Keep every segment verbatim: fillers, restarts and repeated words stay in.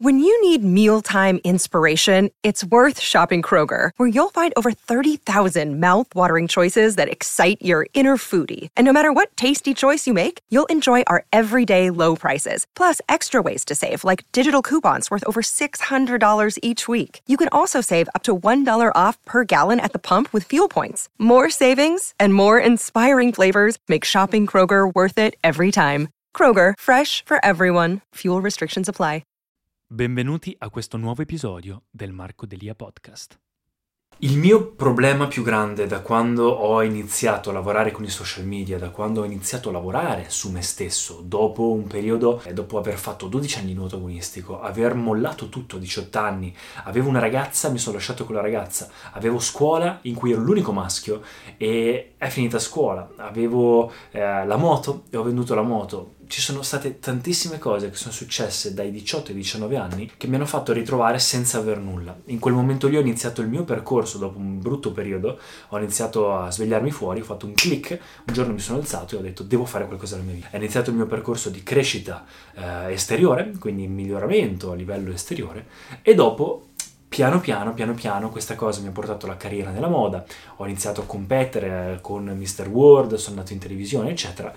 When you need mealtime inspiration, it's worth shopping Kroger, where you'll find over thirty thousand mouth-watering choices that excite your inner foodie. And no matter what tasty choice you make, you'll enjoy our everyday low prices, plus extra ways to save, like digital coupons worth over six hundred dollars each week. You can also save up to one dollar off per gallon at the pump with fuel points. More savings and more inspiring flavors make shopping Kroger worth it every time. Kroger, fresh for everyone. Fuel restrictions apply. Benvenuti a questo nuovo episodio del Marco Delia Podcast. Il mio problema più grande da quando ho iniziato a lavorare con i social media, da quando ho iniziato a lavorare su me stesso, dopo un periodo, eh, dopo aver fatto dodici anni di nuoto agonistico, aver mollato tutto a diciotto anni, avevo una ragazza, mi sono lasciato con la ragazza, avevo scuola in cui ero l'unico maschio e è finita scuola, avevo eh, la moto e ho venduto la moto. Ci sono state tantissime cose che sono successe dai diciotto ai diciannove anni che mi hanno fatto ritrovare senza aver nulla. In quel momento lì ho iniziato il mio percorso dopo un brutto periodo, ho iniziato a svegliarmi fuori, ho fatto un click, un giorno mi sono alzato e ho detto devo fare qualcosa nella mia vita. È iniziato il mio percorso di crescita eh, esteriore, quindi miglioramento a livello esteriore, e dopo Piano piano, piano piano, questa cosa mi ha portato alla carriera nella moda, ho iniziato a competere con mister World, sono andato in televisione, eccetera,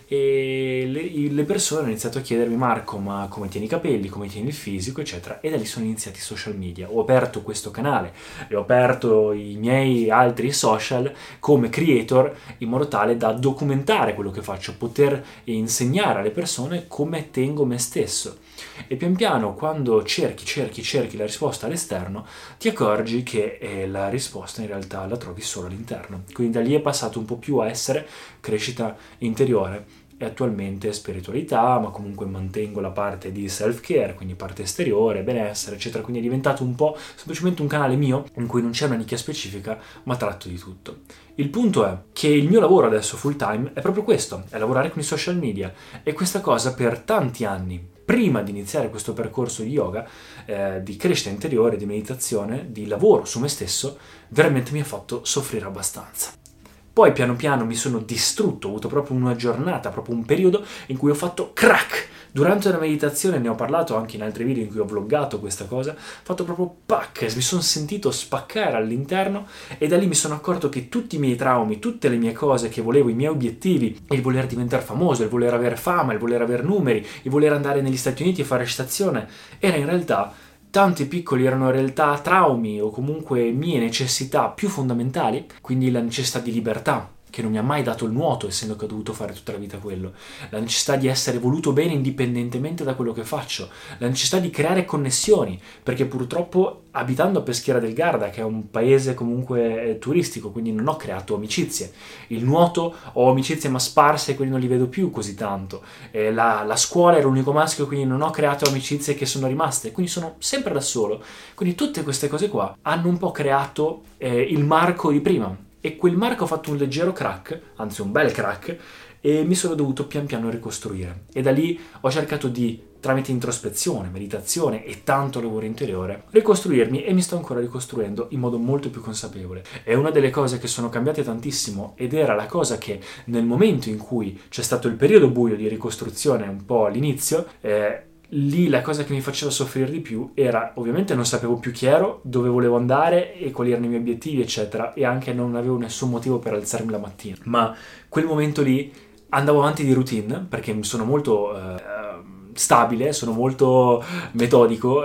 e le, le persone hanno iniziato a chiedermi Marco, ma come tieni i capelli, come tieni il fisico, eccetera, e da lì sono iniziati i social media. Ho aperto questo canale e ho aperto i miei altri social come creator in modo tale da documentare quello che faccio, poter insegnare alle persone come tengo me stesso. E pian piano, quando cerchi, cerchi, cerchi la risposta all'esterno, ti accorgi che eh, la risposta in realtà la trovi solo all'interno. Quindi da lì è passato un po' più a essere crescita interiore e attualmente spiritualità, ma comunque mantengo la parte di self-care, quindi parte esteriore, benessere, eccetera. Quindi è diventato un po' semplicemente un canale mio in cui non c'è una nicchia specifica, ma tratto di tutto. Il punto è che il mio lavoro adesso full time è proprio questo, è lavorare con i social media, e questa cosa per tanti anni, prima di iniziare questo percorso di yoga, eh, di crescita interiore, di meditazione, di lavoro su me stesso, veramente mi ha fatto soffrire abbastanza. Poi piano piano mi sono distrutto, ho avuto proprio una giornata, proprio un periodo in cui ho fatto crack. Durante una meditazione, ne ho parlato anche in altri video in cui ho vloggato questa cosa, ho fatto proprio pack, mi sono sentito spaccare all'interno e da lì mi sono accorto che tutti i miei traumi, tutte le mie cose che volevo, i miei obiettivi, il voler diventare famoso, il voler avere fama, il voler avere numeri, il voler andare negli Stati Uniti e fare recitazione, era in realtà tanti piccoli, erano in realtà traumi o comunque mie necessità più fondamentali, quindi la necessità di libertà, che non mi ha mai dato il nuoto, essendo che ho dovuto fare tutta la vita quello, la necessità di essere voluto bene indipendentemente da quello che faccio, la necessità di creare connessioni, perché purtroppo abitando a Peschiera del Garda, che è un paese comunque turistico, quindi non ho creato amicizie. Il nuoto ho amicizie ma sparse, quindi non li vedo più così tanto. E la, la scuola ero l'unico maschio, quindi non ho creato amicizie che sono rimaste, quindi sono sempre da solo. Quindi tutte queste cose qua hanno un po' creato eh, il Marco di prima. E quel Marco ha fatto un leggero crack, anzi un bel crack, e mi sono dovuto pian piano ricostruire. E da lì ho cercato di, tramite introspezione, meditazione e tanto lavoro interiore, ricostruirmi, e mi sto ancora ricostruendo in modo molto più consapevole. È una delle cose che sono cambiate tantissimo, ed era la cosa che nel momento in cui c'è stato il periodo buio di ricostruzione un po' all'inizio, eh, lì la cosa che mi faceva soffrire di più era, ovviamente non sapevo più chi ero, dove volevo andare e quali erano i miei obiettivi, eccetera, e anche non avevo nessun motivo per alzarmi la mattina. Ma quel momento lì andavo avanti di routine, perché mi sono molto eh, stabile, sono molto metodico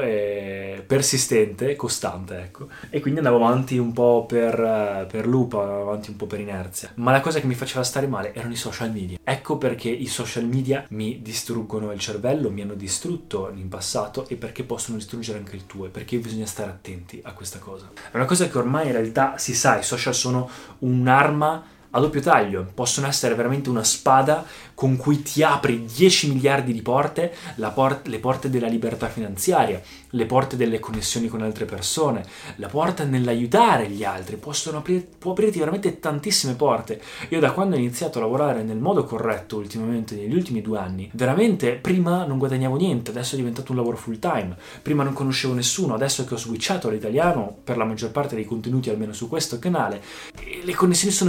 e persistente, costante, ecco, e quindi andavo avanti un po' per, per loop, avanti un po' per inerzia. Ma la cosa che mi faceva stare male erano i social media. Ecco perché i social media mi distruggono il cervello, mi hanno distrutto in passato, e perché possono distruggere anche il tuo, e perché bisogna stare attenti a questa cosa. È una cosa che ormai in realtà si sa, i social sono un'arma a doppio taglio, possono essere veramente una spada con cui ti apri dieci miliardi di porte, la port- le porte della libertà finanziaria, le porte delle connessioni con altre persone, la porta nell'aiutare gli altri, possono aprir- può aprirti veramente tantissime porte. Io da quando ho iniziato a lavorare nel modo corretto ultimamente, negli ultimi due anni, veramente prima non guadagnavo niente, adesso è diventato un lavoro full time, prima non conoscevo nessuno, adesso che ho switchato all'italiano per la maggior parte dei contenuti, almeno su questo canale, le connessioni sono migliorate,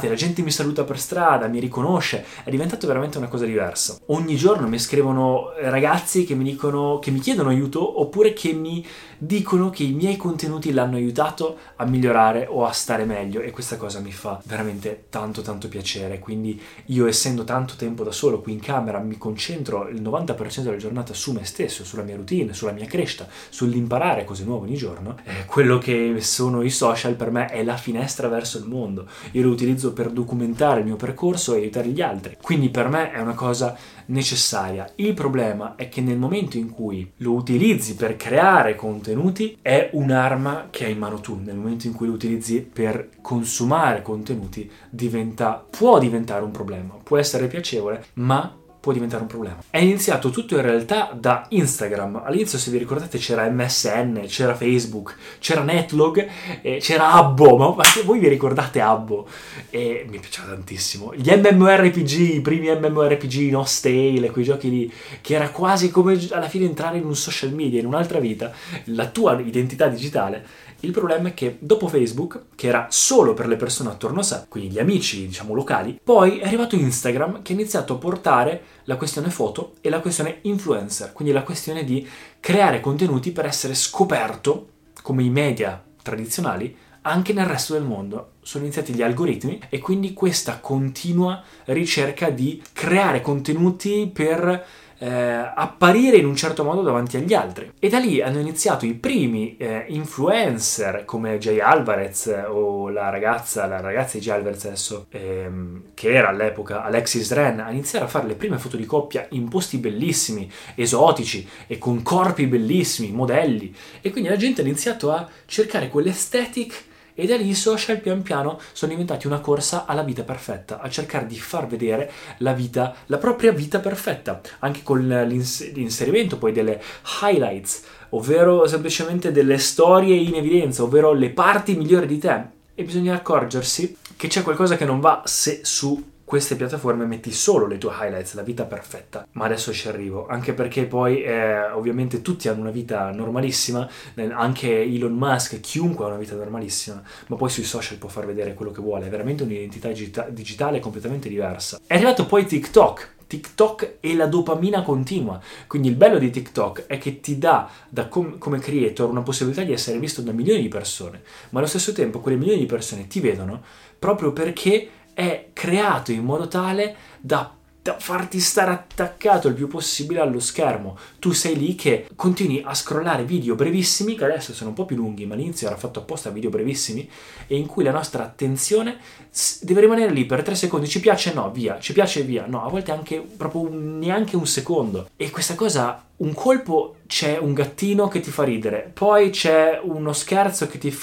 la gente mi saluta per strada, mi riconosce, è diventato veramente una cosa diversa. Ogni giorno mi scrivono ragazzi che mi dicono, che mi chiedono aiuto, oppure che mi dicono che i miei contenuti l'hanno aiutato a migliorare o a stare meglio, e questa cosa mi fa veramente tanto tanto piacere. Quindi io, essendo tanto tempo da solo qui in camera, mi concentro il novanta per cento della giornata su me stesso, sulla mia routine, sulla mia crescita, sull'imparare cose nuove ogni giorno. Eh, quello che sono i social per me è la finestra verso il mondo. Io lo utilizzo per documentare il mio percorso e aiutare gli altri, quindi per me è una cosa necessaria. Il problema è che nel momento in cui lo utilizzi per creare contenuti è un'arma che hai in mano tu. Nel momento in cui lo utilizzi per consumare contenuti diventa, può diventare un problema. Può essere piacevole, ma può diventare un problema. È iniziato tutto in realtà da Instagram. All'inizio, se vi ricordate, c'era M S N, c'era Facebook, c'era Netlog, eh, c'era Abbo, ma, ma voi vi ricordate Abbo? E mi piaceva tantissimo. Gli MMORPG, i primi MMORPG, no Stale, quei giochi lì, che era quasi come alla fine entrare in un social media, in un'altra vita, la tua identità digitale. Il problema è che dopo Facebook, che era solo per le persone attorno a sé, quindi gli amici, diciamo, locali, poi è arrivato Instagram, che ha iniziato a portare la questione foto e la questione influencer, quindi la questione di creare contenuti per essere scoperto, come i media tradizionali, anche nel resto del mondo. Sono iniziati gli algoritmi e quindi questa continua ricerca di creare contenuti per Eh, apparire in un certo modo davanti agli altri, e da lì hanno iniziato i primi eh, influencer come Jay Alvarez eh, o la ragazza la ragazza di Jay Alvarez adesso ehm, che era all'epoca Alexis Ren, a iniziare a fare le prime foto di coppia in posti bellissimi, esotici e con corpi bellissimi, modelli, e quindi la gente ha iniziato a cercare quell'aesthetic. E da lì i social pian piano sono diventati una corsa alla vita perfetta, a cercare di far vedere la vita, la propria vita perfetta, anche con l'ins- l'inserimento poi delle highlights, ovvero semplicemente delle storie in evidenza, ovvero le parti migliori di te. E bisogna accorgersi che c'è qualcosa che non va se su queste piattaforme metti solo le tue highlights, la vita perfetta. Ma adesso ci arrivo, anche perché poi eh, ovviamente tutti hanno una vita normalissima, anche Elon Musk, chiunque ha una vita normalissima, ma poi sui social può far vedere quello che vuole, è veramente un'identità digita- digitale completamente diversa. È arrivato poi TikTok, TikTok e la dopamina continua. Quindi il bello di TikTok è che ti dà da com- come creator una possibilità di essere visto da milioni di persone, ma allo stesso tempo quelle milioni di persone ti vedono proprio perché è creato in modo tale da, da farti stare attaccato il più possibile allo schermo. Tu sei lì che continui a scrollare video brevissimi, che adesso sono un po' più lunghi, ma all'inizio era fatto apposta video brevissimi, e in cui la nostra attenzione deve rimanere lì per tre secondi. Ci piace? No, via. Ci piace? Via. No, a volte anche proprio un, neanche un secondo. E questa cosa, un colpo c'è un gattino che ti fa ridere, poi c'è uno scherzo che ti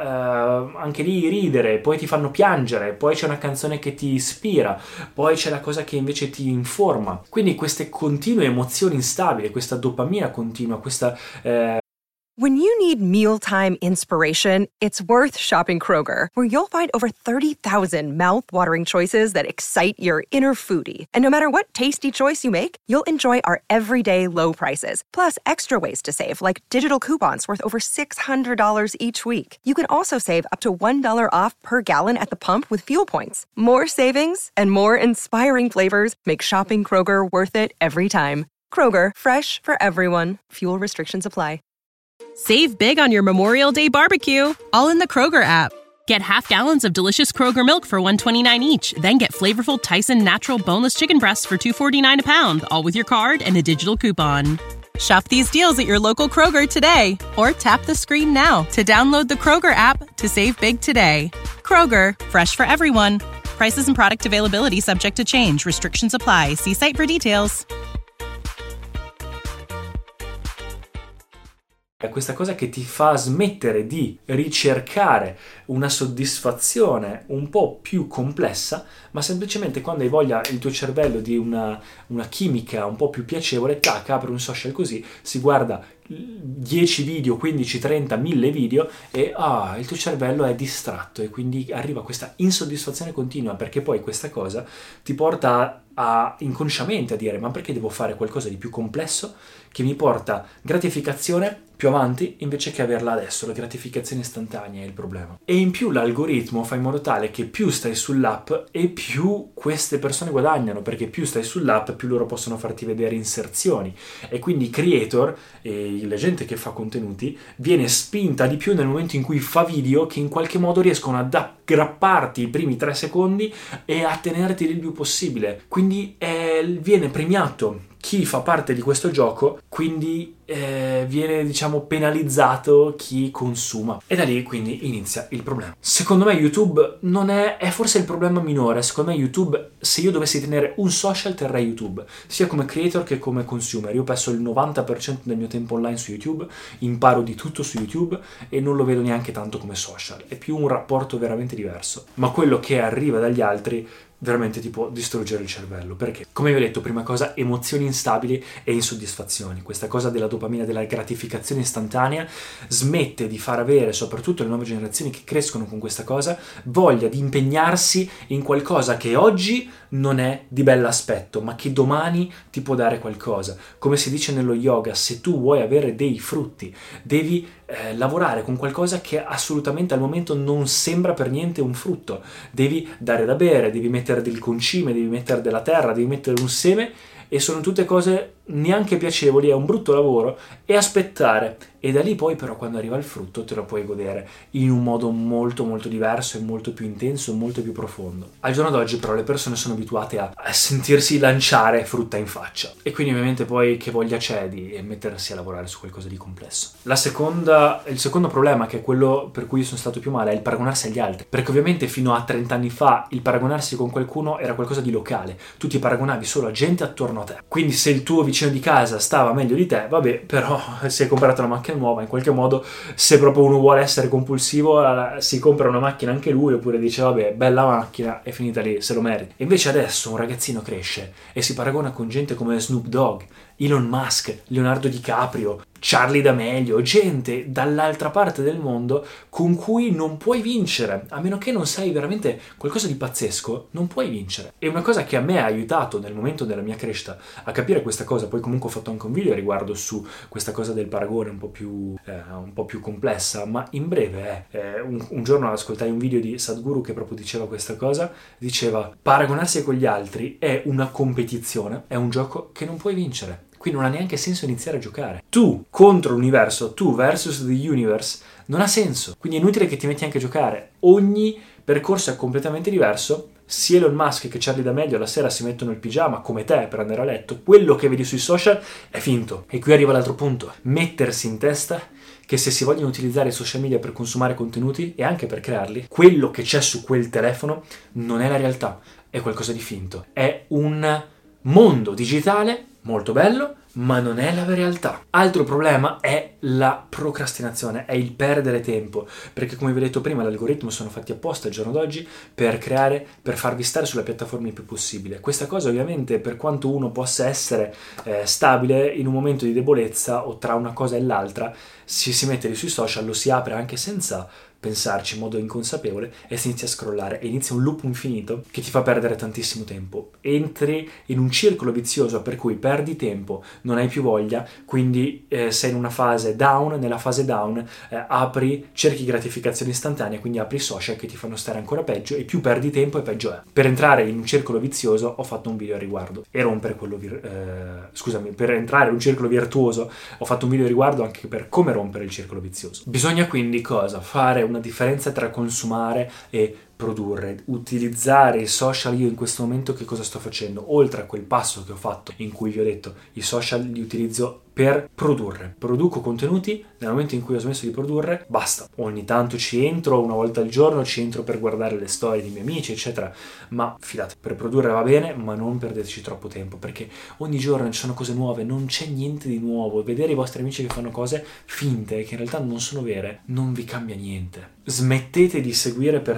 fa eh, anche lì ridere, poi ti fanno piangere, poi c'è una canzone che ti ispira, poi c'è la cosa che invece ti informa. Quindi queste continue emozioni instabili, questa dopamina continua, questa eh, When you need mealtime inspiration, it's worth shopping Kroger, where you'll find over thirty thousand mouth-watering choices that excite your inner foodie. And no matter what tasty choice you make, you'll enjoy our everyday low prices, plus extra ways to save, like digital coupons worth over six hundred dollars each week. You can also save up to one dollar off per gallon at the pump with fuel points. More savings and more inspiring flavors make shopping Kroger worth it every time. Kroger, fresh for everyone. Fuel restrictions apply. Save big on your Memorial Day barbecue, all in the Kroger app. Get half gallons of delicious Kroger milk for one dollar and twenty-nine cents each. Then get flavorful Tyson natural boneless chicken breasts for two dollars and forty-nine cents a pound, all with your card and a digital coupon. Shop these deals at your local Kroger today, or tap the screen now to download the Kroger app to save big today. Kroger, fresh for everyone. Prices and product availability subject to change. Restrictions apply. See site for details. È questa cosa che ti fa smettere di ricercare una soddisfazione un po' più complessa, ma semplicemente quando hai voglia il tuo cervello di una, una chimica un po' più piacevole, tac, apre un social così, si guarda dieci video, quindici, trenta, mille video e ah, il tuo cervello è distratto e quindi arriva questa insoddisfazione continua, perché poi questa cosa ti porta a, inconsciamente a dire ma perché devo fare qualcosa di più complesso che mi porta gratificazione più avanti invece che averla adesso. La gratificazione istantanea è il problema. E in più l'algoritmo fa in modo tale che più stai sull'app e più queste persone guadagnano, perché più stai sull'app più loro possono farti vedere inserzioni e quindi i creator e la gente che fa contenuti viene spinta di più nel momento in cui fa video che in qualche modo riescono ad aggrapparti i primi tre secondi e a tenerti il più possibile. Quindi eh, viene premiato chi fa parte di questo gioco, quindi eh, viene diciamo penalizzato chi consuma, e da lì quindi inizia il problema. Secondo me YouTube non è, è forse il problema minore. Secondo me YouTube, se io dovessi tenere un social terrei YouTube, sia come creator che come consumer. Io passo il novanta per cento del mio tempo online su YouTube, imparo di tutto su YouTube e non lo vedo neanche tanto come social, è più un rapporto veramente diverso, ma quello che arriva dagli altri veramente ti può distruggere il cervello. Perché? Come vi ho detto, prima cosa, emozioni instabili e insoddisfazioni. Questa cosa della dopamina, della gratificazione istantanea, smette di far avere, soprattutto le nuove generazioni che crescono con questa cosa, voglia di impegnarsi in qualcosa che oggi non è di bell'aspetto, ma che domani ti può dare qualcosa. Come si dice nello yoga, se tu vuoi avere dei frutti, devi eh, lavorare con qualcosa che assolutamente al momento non sembra per niente un frutto. Devi dare da bere, devi mettere del concime, devi mettere della terra, devi mettere un seme, e sono tutte cose neanche piacevoli, è un brutto lavoro, e aspettare, e da lì poi però quando arriva il frutto te lo puoi godere in un modo molto molto diverso e molto più intenso, molto più profondo. Al giorno d'oggi però le persone sono abituate a, a sentirsi lanciare frutta in faccia, e quindi ovviamente poi che voglia c'è di mettersi a lavorare su qualcosa di complesso. La seconda, il secondo problema, che è quello per cui sono stato più male, è il paragonarsi agli altri, perché ovviamente fino a trenta anni fa il paragonarsi con qualcuno era qualcosa di locale, tu ti paragonavi solo a gente attorno a te, quindi se il tuo vicino di casa stava meglio di te, vabbè, però si è comprato una macchina nuova, in qualche modo se proprio uno vuole essere compulsivo si compra una macchina anche lui, oppure dice vabbè, bella macchina, è finita lì, se lo merita. Invece adesso un ragazzino cresce e si paragona con gente come Snoop Dogg, Elon Musk, Leonardo DiCaprio, Charli D'Amelio, gente dall'altra parte del mondo con cui non puoi vincere, a meno che non sei veramente qualcosa di pazzesco, non puoi vincere. E una cosa che a me ha aiutato nel momento della mia crescita a capire questa cosa, poi comunque ho fatto anche un video a riguardo su questa cosa del paragone un po' più, eh, un po' più complessa, ma in breve eh, eh, un, un giorno ascoltai un video di Sadhguru che proprio diceva questa cosa, diceva paragonarsi con gli altri è una competizione, è un gioco che non puoi vincere. Qui non ha neanche senso iniziare a giocare. Tu contro l'universo, tu versus the universe, non ha senso. Quindi è inutile che ti metti anche a giocare. Ogni percorso è completamente diverso. Sia Elon Musk che Charli D'Amelio la sera si mettono il pigiama come te per andare a letto. Quello che vedi sui social è finto. E qui arriva l'altro punto. Mettersi in testa che se si vogliono utilizzare i social media per consumare contenuti e anche per crearli, quello che c'è su quel telefono non è la realtà. È qualcosa di finto. È un mondo digitale molto bello, ma non è la realtà. Altro problema è la procrastinazione, è il perdere tempo, perché come vi ho detto prima l'algoritmo sono fatti apposta al giorno d'oggi per creare, per farvi stare sulla piattaforma il più possibile. Questa cosa ovviamente, per quanto uno possa essere eh, stabile in un momento di debolezza o tra una cosa e l'altra, si, si mette lì sui social, lo si apre anche senza pensarci in modo inconsapevole e si inizia a scrollare e inizia un loop infinito che ti fa perdere tantissimo tempo. Entri in un circolo vizioso per cui perdi tempo, non hai più voglia, quindi eh, sei in una fase down, nella fase down eh, apri, cerchi gratificazione istantanea, quindi apri social che ti fanno stare ancora peggio e più perdi tempo e peggio è. Per entrare in un circolo vizioso ho fatto un video a riguardo e rompere quello vir- eh, scusami, per entrare in un circolo virtuoso ho fatto un video a riguardo anche per come rompere il circolo vizioso. Bisogna quindi cosa? Fare una differenza tra consumare e produrre, utilizzare i social. Io in questo momento che cosa sto facendo? Oltre a quel passo che ho fatto in cui vi ho detto i social li utilizzo per produrre, produco contenuti, nel momento in cui ho smesso di produrre basta, ogni tanto ci entro una volta al giorno, ci entro per guardare le storie dei miei amici eccetera, ma fidate, per produrre va bene ma non perdeteci troppo tempo, perché ogni giorno ci sono cose nuove, non c'è niente di nuovo. Vedere i vostri amici che fanno cose finte che in realtà non sono vere non vi cambia niente. Smettete di seguire persone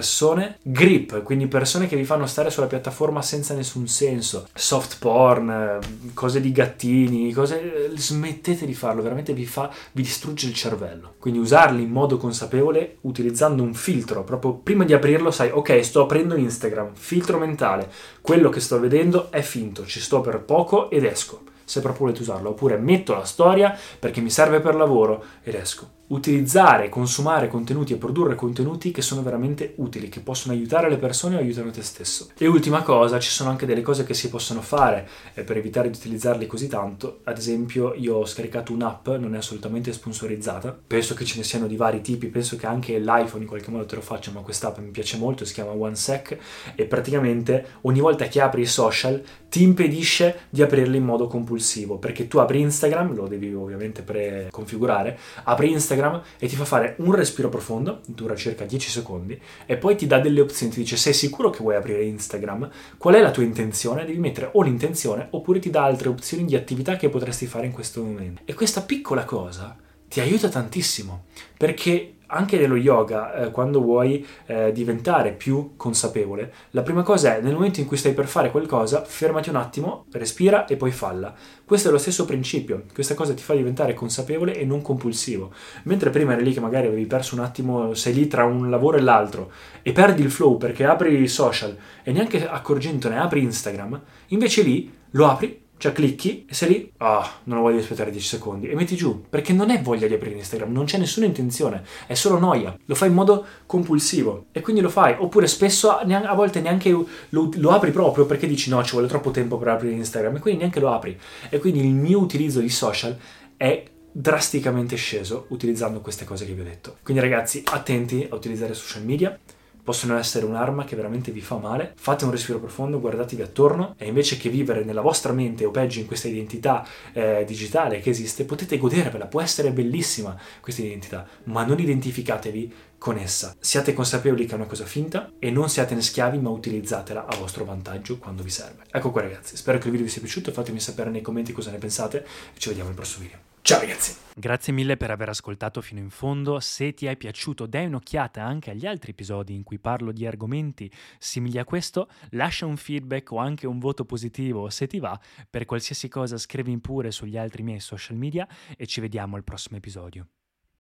persone grip, quindi persone che vi fanno stare sulla piattaforma senza nessun senso, soft porn, cose di gattini, cose, smettete di farlo, veramente vi fa, vi distrugge il cervello. Quindi usarli in modo consapevole utilizzando un filtro, proprio prima di aprirlo sai, ok, sto aprendo Instagram, filtro mentale, quello che sto vedendo è finto, ci sto per poco ed esco, se proprio volete usarlo, oppure metto la storia perché mi serve per lavoro ed esco. Utilizzare, consumare contenuti e produrre contenuti che sono veramente utili, che possono aiutare le persone o aiutano te stesso. E ultima cosa, ci sono anche delle cose che si possono fare eh, per evitare di utilizzarli così tanto. Ad esempio, io ho scaricato un'app, non è assolutamente sponsorizzata, penso che ce ne siano di vari tipi, penso che anche l'iPhone in qualche modo te lo faccia, ma quest'app mi piace molto, si chiama OneSec, e praticamente ogni volta che apri i social ti impedisce di aprirli in modo compulsivo, perché tu apri Instagram, lo devi ovviamente preconfigurare, apri Instagram e ti fa fare un respiro profondo, dura circa dieci secondi, e poi ti dà delle opzioni, ti dice sei sicuro che vuoi aprire Instagram? Qual è la tua intenzione? Devi mettere o l'intenzione oppure ti dà altre opzioni di attività che potresti fare in questo momento. E questa piccola cosa ti aiuta tantissimo, perché anche nello yoga, eh, quando vuoi eh, diventare più consapevole, la prima cosa è, nel momento in cui stai per fare qualcosa, fermati un attimo, respira e poi falla. Questo è lo stesso principio, questa cosa ti fa diventare consapevole e non compulsivo. Mentre prima eri lì che magari avevi perso un attimo, sei lì tra un lavoro e l'altro, e perdi il flow perché apri i social e neanche accorgentone apri Instagram, invece lì lo apri, cioè clicchi e sei lì, ah, non lo voglio aspettare dieci secondi, e metti giù, perché non è voglia di aprire Instagram, non c'è nessuna intenzione, è solo noia, lo fai in modo compulsivo e quindi lo fai, oppure spesso a volte neanche lo, lo apri proprio perché dici no, ci vuole troppo tempo per aprire Instagram e quindi neanche lo apri. E quindi il mio utilizzo di social è drasticamente sceso utilizzando queste cose che vi ho detto. Quindi ragazzi, attenti a utilizzare social media, possono essere un'arma che veramente vi fa male. Fate un respiro profondo, guardatevi attorno e invece che vivere nella vostra mente o peggio in questa identità eh, digitale che esiste, potete godervela, può essere bellissima questa identità, ma non identificatevi con essa. Siate consapevoli che è una cosa finta e non siatene schiavi, ma utilizzatela a vostro vantaggio quando vi serve. Ecco qua ragazzi, spero che il video vi sia piaciuto, fatemi sapere nei commenti cosa ne pensate e ci vediamo al prossimo video. Ciao ragazzi! Grazie mille per aver ascoltato fino in fondo. Se ti è piaciuto, dai un'occhiata anche agli altri episodi in cui parlo di argomenti simili a questo, lascia un feedback o anche un voto positivo se ti va. Per qualsiasi cosa scrivi pure sugli altri miei social media e ci vediamo al prossimo episodio.